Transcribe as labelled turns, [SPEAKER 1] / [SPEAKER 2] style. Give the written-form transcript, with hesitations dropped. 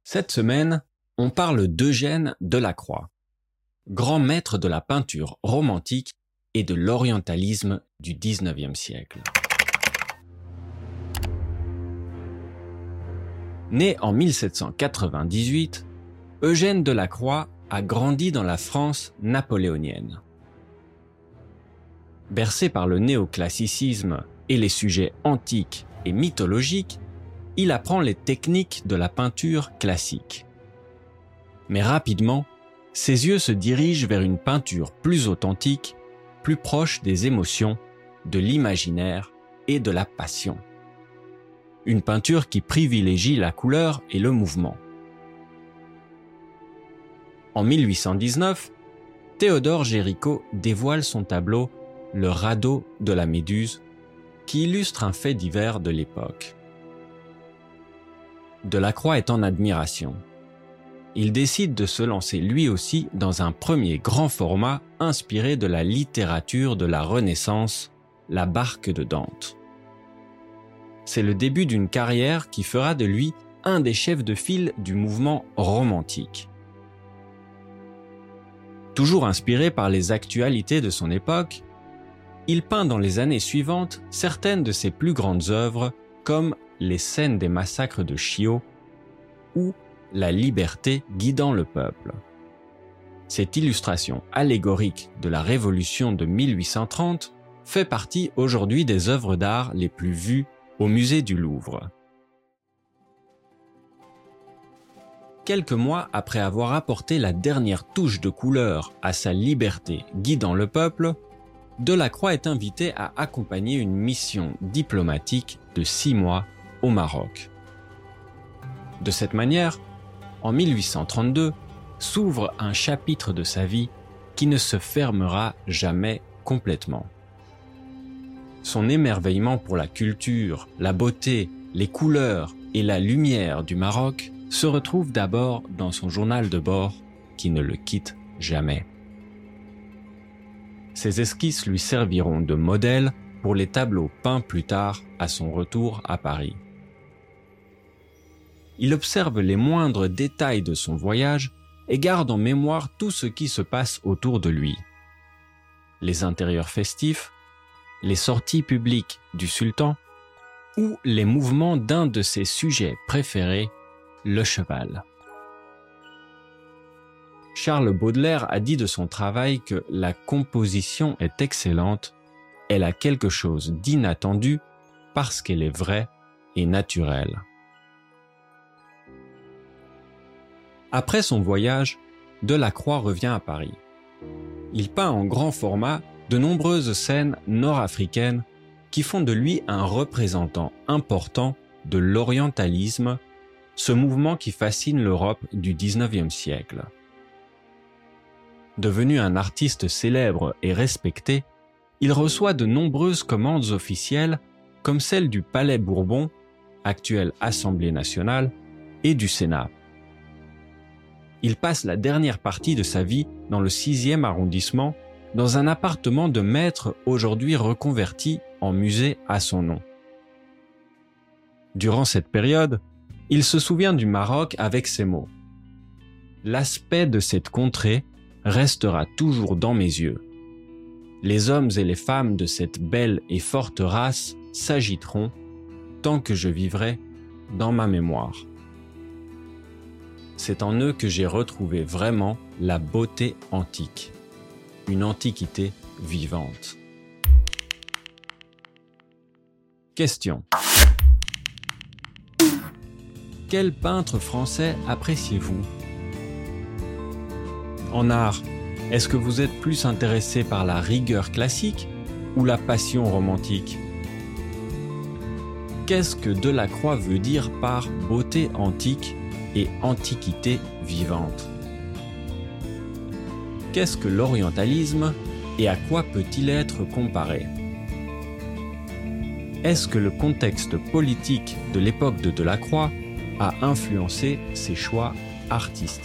[SPEAKER 1] Cette semaine, on parle d'Eugène Delacroix, grand maître de la peinture romantique et de l'orientalisme du XIXe siècle. Né en 1798, Eugène Delacroix a grandi dans la France napoléonienne. Bercé par le néoclassicisme et les sujets antiques et mythologiques, il apprend les techniques de la peinture classique. Mais rapidement, ses yeux se dirigent vers une peinture plus authentique, plus proche des émotions, de l'imaginaire et de la passion. Une peinture qui privilégie la couleur et le mouvement. En 1819, Théodore Géricault dévoile son tableau « Le radeau de la Méduse » qui illustre un fait divers de l'époque. Delacroix est en admiration. Il décide de se lancer lui aussi dans un premier grand format inspiré de la littérature de la Renaissance, la Barque de Dante. C'est le début d'une carrière qui fera de lui un des chefs de file du mouvement romantique. Toujours inspiré par les actualités de son époque, il peint dans les années suivantes certaines de ses plus grandes œuvres comme les scènes des massacres de Chillot ou la liberté guidant le peuple. Cette illustration allégorique de la Révolution de 1830 fait partie aujourd'hui des œuvres d'art les plus vues au musée du Louvre. Quelques mois après avoir apporté la dernière touche de couleur à sa liberté guidant le peuple, Delacroix est invité à accompagner une mission diplomatique de 6 mois au Maroc. De cette manière, en 1832, s'ouvre un chapitre de sa vie qui ne se fermera jamais complètement. Son émerveillement pour la culture, la beauté, les couleurs et la lumière du Maroc se retrouve d'abord dans son journal de bord qui ne le quitte jamais. Ses esquisses lui serviront de modèle pour les tableaux peints plus tard à son retour à Paris. Il observe les moindres détails de son voyage et garde en mémoire tout ce qui se passe autour de lui. Les intérieurs festifs, les sorties publiques du sultan ou les mouvements d'un de ses sujets préférés, le cheval. Charles Baudelaire a dit de son travail que la composition est excellente, elle a quelque chose d'inattendu parce qu'elle est vraie et naturelle. Après son voyage, Delacroix revient à Paris. Il peint en grand format de nombreuses scènes nord-africaines qui font de lui un représentant important de l'orientalisme, ce mouvement qui fascine l'Europe du XIXe siècle. Devenu un artiste célèbre et respecté, il reçoit de nombreuses commandes officielles comme celle du Palais Bourbon, actuelle Assemblée nationale, et du Sénat. Il passe la dernière partie de sa vie dans le 6e arrondissement, dans un appartement de maître aujourd'hui reconverti en musée à son nom. Durant cette période, il se souvient du Maroc avec ces mots. « L'aspect de cette contrée restera toujours dans mes yeux. Les hommes et les femmes de cette belle et forte race s'agiteront tant que je vivrai dans ma mémoire. C'est en eux que j'ai retrouvé vraiment la beauté antique, une antiquité vivante. » Question. Quel peintre français appréciez-vous ? En art, est-ce que vous êtes plus intéressé par la rigueur classique ou la passion romantique ? Qu'est-ce que Delacroix veut dire par beauté antique et antiquité vivante ? Qu'est-ce que l'orientalisme et à quoi peut-il être comparé ? Est-ce que le contexte politique de l'époque de Delacroix a influencé ses choix artistiques ?